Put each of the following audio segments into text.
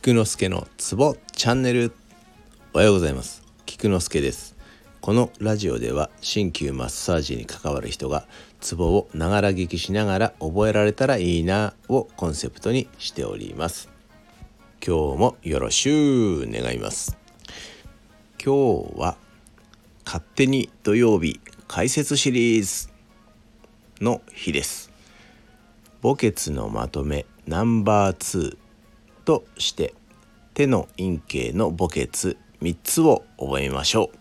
菊之助のツボチャンネル。おはようございます。菊之助です。このラジオでは鍼灸マッサージに関わる人がツボをながら聞きしながら覚えられたらいいなをコンセプトにしております。今日もよろしゅう願います。今日は勝手に土曜日解説シリーズの日です。墓穴のまとめナンバー2として手の陰茎の墓穴3つを覚えましょう。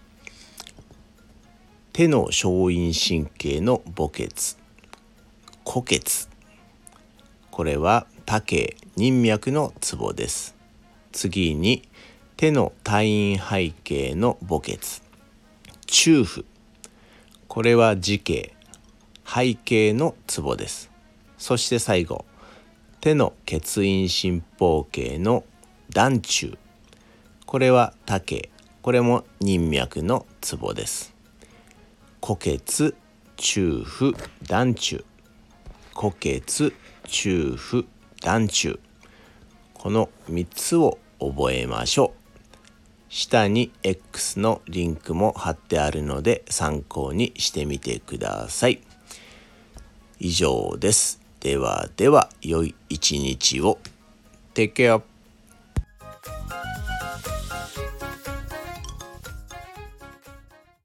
手の小陰神経の墓穴虎穴、これは多径任脈のツボです。次に手の太陰背景の墓穴中府、これは耳径背景のツボです。そして最後手の血陰心包茎の団中、これは多径、これも任脈のツボです。虎穴中府団中、虎穴中府団中、この3つを覚えましょう。下に X のリンクも貼ってあるので参考にしてみてください。以上です。ではでは良い一日を。Take care.